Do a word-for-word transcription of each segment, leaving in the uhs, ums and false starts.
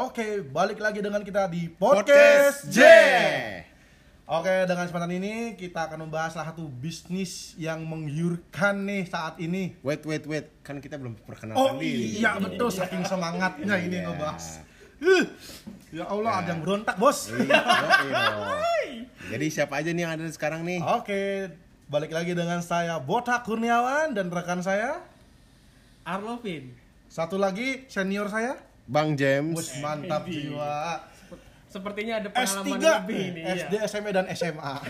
Oke, balik lagi dengan kita di Podcast, Podcast J. Oke, dengan kesempatan ini kita akan membahas salah satu bisnis yang menggiurkan nih saat ini. Wait, wait, wait. Kan kita belum perkenalkan Oh diri. iya betul, saking semangatnya ini ngebahas. Uh, ya Allah, ada yang berontak, Bos. Iya, iya. Jadi siapa aja nih yang ada sekarang nih? Oke, balik lagi dengan saya Botak Kurniawan dan rekan saya Arlovin. Satu lagi senior saya Bang James. Bos, mantap jiwa. Sepertinya ada S pengalaman tiga, lebih nih. S D, Iya. S M E dan S M A.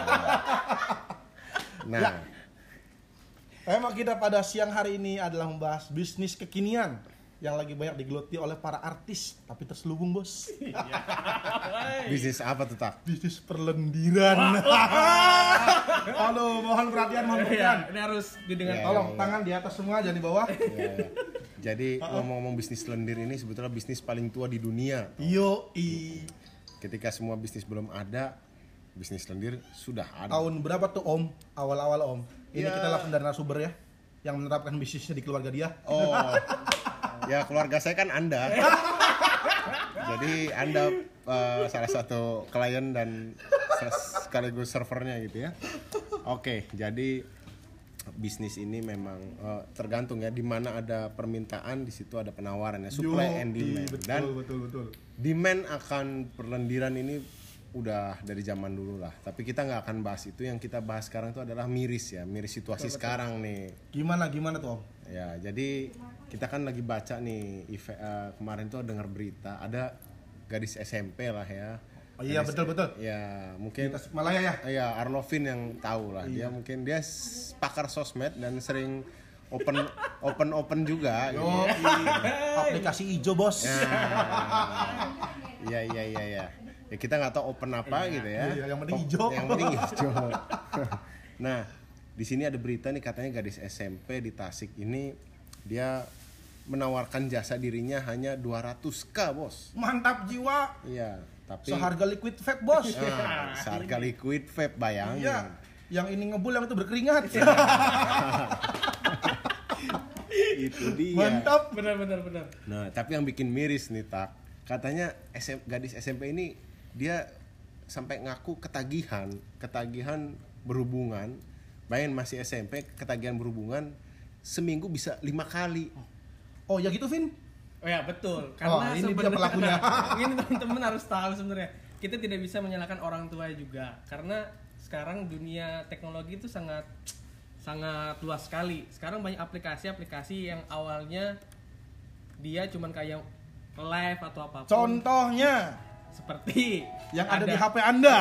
Nah, Ya. Emang kita pada siang hari ini adalah membahas bisnis kekinian yang lagi banyak digeluti oleh para artis, tapi terselubung, Bos. bisnis apa tuh, Tak? Bisnis perlendiran. Aduh, mohon perhatian, mohon Iya, perhatian. ini harus didengar. Ya. Tolong tangan di atas semua, jangan di bawah. Ya, ya. Jadi ngomong-ngomong bisnis lendir ini sebetulnya bisnis paling tua di dunia. Yo, i. Ketika semua bisnis belum ada, bisnis lendir sudah ada. Tahun berapa tuh, Om? Awal-awal, Om. Ini Ya. kita langsung dari narasumber ya, yang menerapkan bisnisnya di keluarga dia. Oh, ya keluarga saya kan Anda. Jadi Anda uh, salah satu klien dan sekaligus servernya gitu ya. Oke, jadi bisnis ini memang uh, tergantung ya, di mana ada permintaan di situ ada penawaran ya, supply Yo, and demand. betul, Dan betul, betul. demand akan perlendiran ini udah dari zaman dulu lah. Tapi kita nggak akan bahas itu. Yang kita bahas sekarang itu adalah miris ya, miris situasi betul, sekarang betul. nih. Gimana gimana tuh, Om? Ya, jadi kita kan lagi baca nih uh, kemarin tuh dengar berita ada gadis S M P lah ya. Oh iya, gadis, betul betul. Ya, mungkin Malaya ya. Ya, Arlovin yang tahu lah. Iya. Dia mungkin dia pakar sosmed dan sering open open open juga Yo, gitu. aplikasi hijau, Bos. Iya, iya, iya, iya. Ya kita nggak tahu open apa gitu ya. Iya, yang penting hijau. Yang penting hijau. Nah, di sini ada berita nih, katanya gadis S M P di Tasik ini dia menawarkan jasa dirinya hanya dua ratus ribu, Bos. Mantap jiwa. Iya, tapi Seharga liquid vape, Bos. Nah, seharga liquid vape, bayangin. Iya. Yang ini ngebul, yang itu berkeringat. Itu dia. Mantap. Benar benar benar. Nah, tapi yang bikin miris nih, Tak. Katanya S M, gadis S M P ini dia sampai ngaku ketagihan, ketagihan berhubungan. Bayangin masih S M P, ketagihan berhubungan seminggu bisa lima kali. Oh, ya gitu, Vin. Oh ya betul. Oh, Karena ini dia sebenarnya- pelakunya. ini teman-teman harus tahu sebenarnya. Kita tidak bisa menyalahkan orang tua juga, karena sekarang dunia teknologi itu sangat sangat luas sekali. Sekarang banyak aplikasi-aplikasi yang awalnya dia cuman kayak live atau apapun. Contohnya Seperti yang ada, di H P Anda.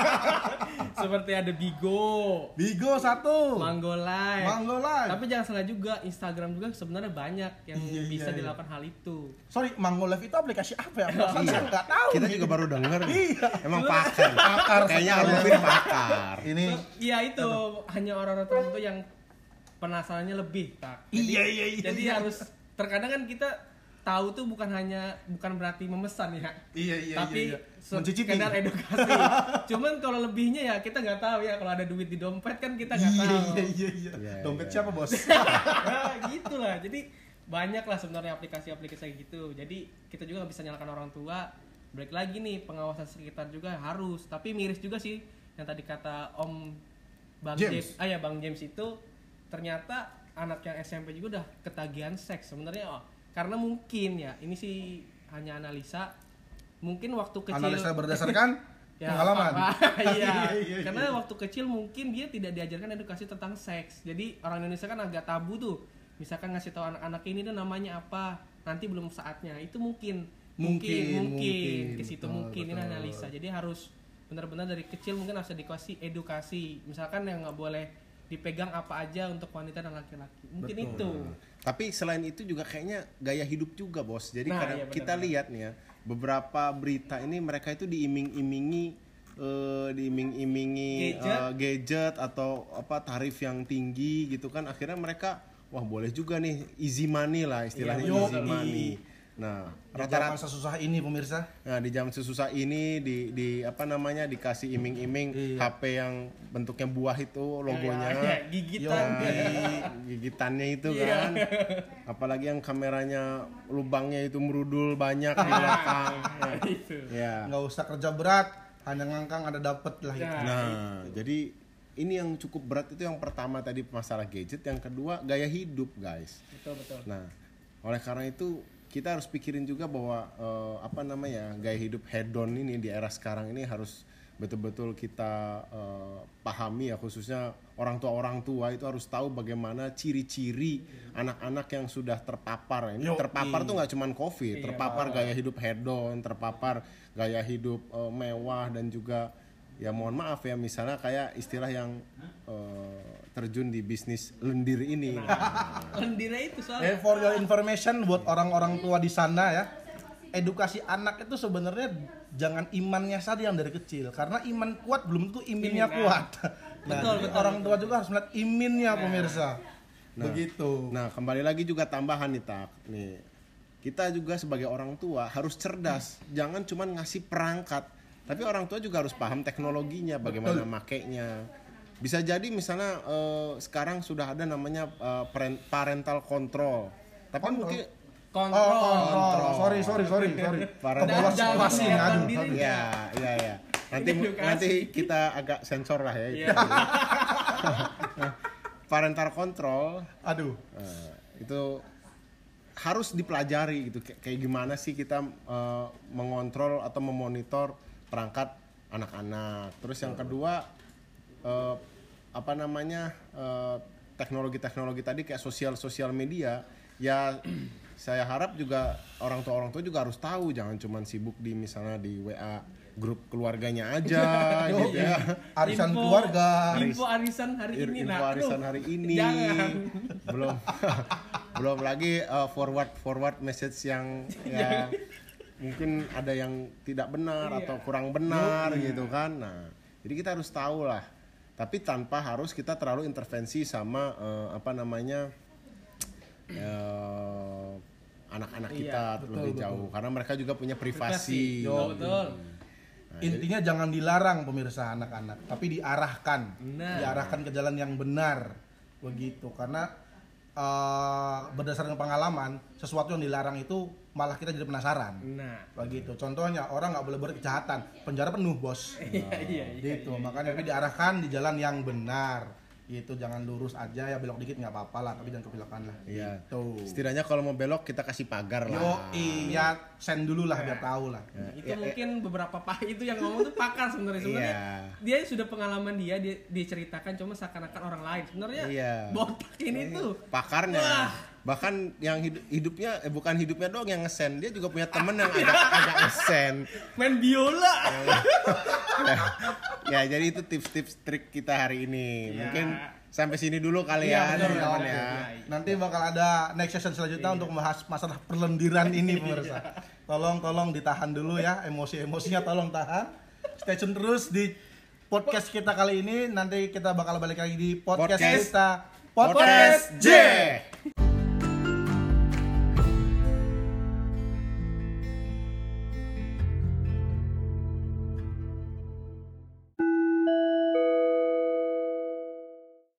seperti ada Bigo, Bigo satu. Mango Live. Mango Live. Tapi jangan salah juga, Instagram juga sebenarnya banyak yang Iya, bisa iya, dilakukan hal itu. Sorry, Mango Live itu aplikasi apa ya? Perasaan saya nggak tahu. Kita nih. juga baru denger. Iya. Emang pakar. Pakar Kayaknya sekali. Arlovin pakar. Ini Iya itu hanya orang-orang tertentu yang penasarannya lebih, tak. Jadi, Iya, iya, iya, Jadi iya. harus terkadang kan kita tahu tuh bukan hanya bukan berarti memesan ya. Iya, iya, Tapi iya, iya. Mencicipi. sekedar edukasi. Cuman kalau lebihnya ya kita nggak tahu ya, kalau ada duit di dompet kan kita nggak Iya, tahu. iya, iya, iya. Iya, Dompet iya. siapa, Bos? Nah, gitu lah. Jadi banyak lah sebenarnya aplikasi-aplikasi kayak gitu. Jadi kita juga nggak bisa nyalakan orang tua. Balik lagi nih, pengawasan sekitar juga harus. Tapi miris juga sih yang tadi kata Om Bang James. James, ah ya Bang James itu ternyata anak yang S M P juga udah ketagihan seks sebenarnya. Oh, karena mungkin ya, ini sih hanya analisa. Mungkin waktu kecil Analisa berdasarkan ya, pengalaman. apa- iya. Iya, iya, Karena iya. waktu kecil mungkin dia tidak diajarkan edukasi tentang seks. Jadi orang Indonesia kan agak tabu tuh. Misalkan ngasih tahu anak-anak ini tuh namanya apa, nanti belum saatnya. Itu mungkin Mungkin, mungkin, mungkin. ke situ Betul, mungkin ini betul. analisa. Jadi harus benar-benar dari kecil mungkin harus dikasih edukasi. Misalkan yang nggak boleh dipegang apa aja untuk wanita dan laki-laki. Mungkin Betul. itu. Tapi selain itu juga kayaknya gaya hidup juga, Bos. Jadi Nah, kadang iya, benar, kita benar. lihat nih ya, beberapa berita ini mereka itu diiming-imingi eh, diiming-imingi Gadget. eh, gadget atau apa tarif yang tinggi gitu kan. Akhirnya mereka wah boleh juga nih easy money lah istilahnya, Iya, easy betul. money. Nah, Di zaman sesusah ini pemirsa. Nah, di zaman sesusah ini di di apa namanya dikasih iming-iming Iya. H P yang bentuknya buah itu logonya. Ya, ya, gigitan. Nah, gigitannya itu kan. Apalagi yang kameranya lubangnya itu merudul banyak di belakang. Nah, Itu. ya. Nggak usah kerja berat, hanya ngangkang ada dapet lah itu. Nah, Nah, jadi ini yang cukup berat itu yang pertama tadi masalah gadget, yang kedua gaya hidup, guys. Betul betul. Nah, oleh karena itu kita harus pikirin juga bahwa eh, apa namanya gaya hidup hedon ini di era sekarang ini harus betul-betul kita eh, pahami ya, khususnya orang tua orang tua itu harus tahu bagaimana ciri-ciri anak-anak yang sudah terpapar. Ini Yoi. terpapar tuh nggak cuman COVID, Iya. terpapar gaya hidup hedon, terpapar gaya hidup eh, mewah, dan juga ya mohon maaf ya misalnya kayak istilah yang eh, terjun di bisnis lendir ini. Lendira itu Eh, soalnya. for your information buat orang-orang tua di sana ya, edukasi anak itu sebenarnya jangan imannya saja yang dari kecil, karena iman kuat belum tentu iminnya Imin, nah. kuat. Nah, Betul, jadi betul, orang betul. tua juga harus melihat iminnya pemirsa. Begitu. Nah, kembali lagi juga tambahan nih Tak. Nih. Kita juga sebagai orang tua harus cerdas. Jangan cuman ngasih perangkat, tapi orang tua juga harus paham teknologinya, bagaimana makainya. Bisa jadi misalnya eh, sekarang sudah ada namanya eh, paren- parental control. Tapi Kontrol? mungkin Kontrol. Oh, kontrol. Sorry, sorry, sorry, sorry. Parah. Ke bawah Jangan situasi, menyerahkan aduh, diri. aduh. ya, ya, ya. Nanti Ini edukasi. nanti kita agak sensor lah ya. Iya. Parental control Aduh. eh, itu harus dipelajari gitu. Kay- kayak gimana sih kita eh, mengontrol atau memonitor perangkat anak-anak. Terus yang kedua eh, apa namanya eh, teknologi-teknologi tadi kayak sosial sosial media ya. Saya harap juga orang tua orang tua juga harus tahu, jangan cuman sibuk di misalnya di W A grup keluarganya aja Yo, gitu ya. arisan Info- keluarga. Info arisan hari ini. Info Nah, arisan aduh, hari ini. Jangan. Belum belum lagi uh, forward forward message yang ya mungkin ada yang tidak benar Iya. atau kurang benar gitu kan. Nah, jadi kita harus tahu lah. Tapi tanpa harus kita terlalu intervensi sama uh, apa namanya uh, anak-anak Iya, kita betul, lebih betul. jauh, karena mereka juga punya Privasi. privasi. Betul, betul. Intinya jangan dilarang pemirsa anak-anak, tapi diarahkan. Benar. Diarahkan ke jalan yang benar. Begitu. Karena eh, berdasarkan pengalaman, sesuatu yang dilarang itu malah kita jadi penasaran. Nah. Begitu. Contohnya orang nggak boleh berbuat kejahatan, penjara penuh, Bos. Iya, iya, iya. Gitu. Makanya tapi diarahkan di jalan yang benar. Gitu, jangan lurus aja ya, belok dikit nggak apa-apa lah, tapi jangan kebelokan lah. Iya. Gitu. Setidaknya kalau mau belok kita kasih pagar lah. Yo, iya, send dulu lah biar tahu lah. Itu Ya, mungkin beberapa pak itu yang ngomong tuh pakar sebenarnya. Sebenarnya Iya. dia sudah pengalaman dia, dia diceritakan cuma seakan-akan orang lain. Sebenarnya Iya. botak ini tuh. Pakarnya. Wah. Bahkan yang hidup, hidupnya eh, bukan hidupnya doang yang ngesen, dia juga punya temen yang agak agak ngesen. Main biola. ya, ya, jadi itu tips-tips trik kita hari ini. Iya. Mungkin sampai sini dulu kali Iya, ya, betul, teman-teman betul. ya. Nanti bakal ada next session selanjutnya untuk membahas masalah perlendiran ini pemirsa. Tolong tolong ditahan dulu ya, emosi-emosinya tolong tahan. Stay tune terus di podcast kita kali ini. Nanti kita bakal balik lagi di podcast, Podcast. kita Podcast J.